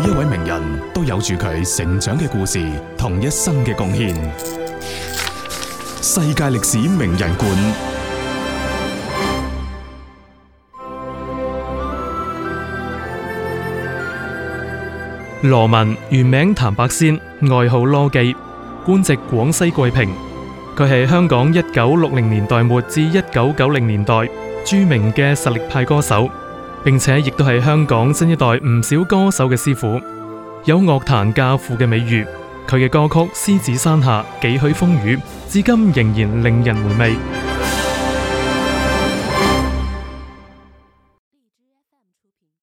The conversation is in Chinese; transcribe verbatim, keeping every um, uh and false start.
一位名人都有住佢成長嘅故事同一生嘅貢獻。世界歷史名人館。 羅文原名譚百先，外號羅記，官籍廣西桂平。佢係香港一九六零年代末至一九九零年代著名嘅實力派歌手，並且亦都係香港新一代唔少歌手嘅師傅，有樂壇教父嘅美譽。佢嘅歌曲《獅子山下》幾許風雨，至今仍然令人回味。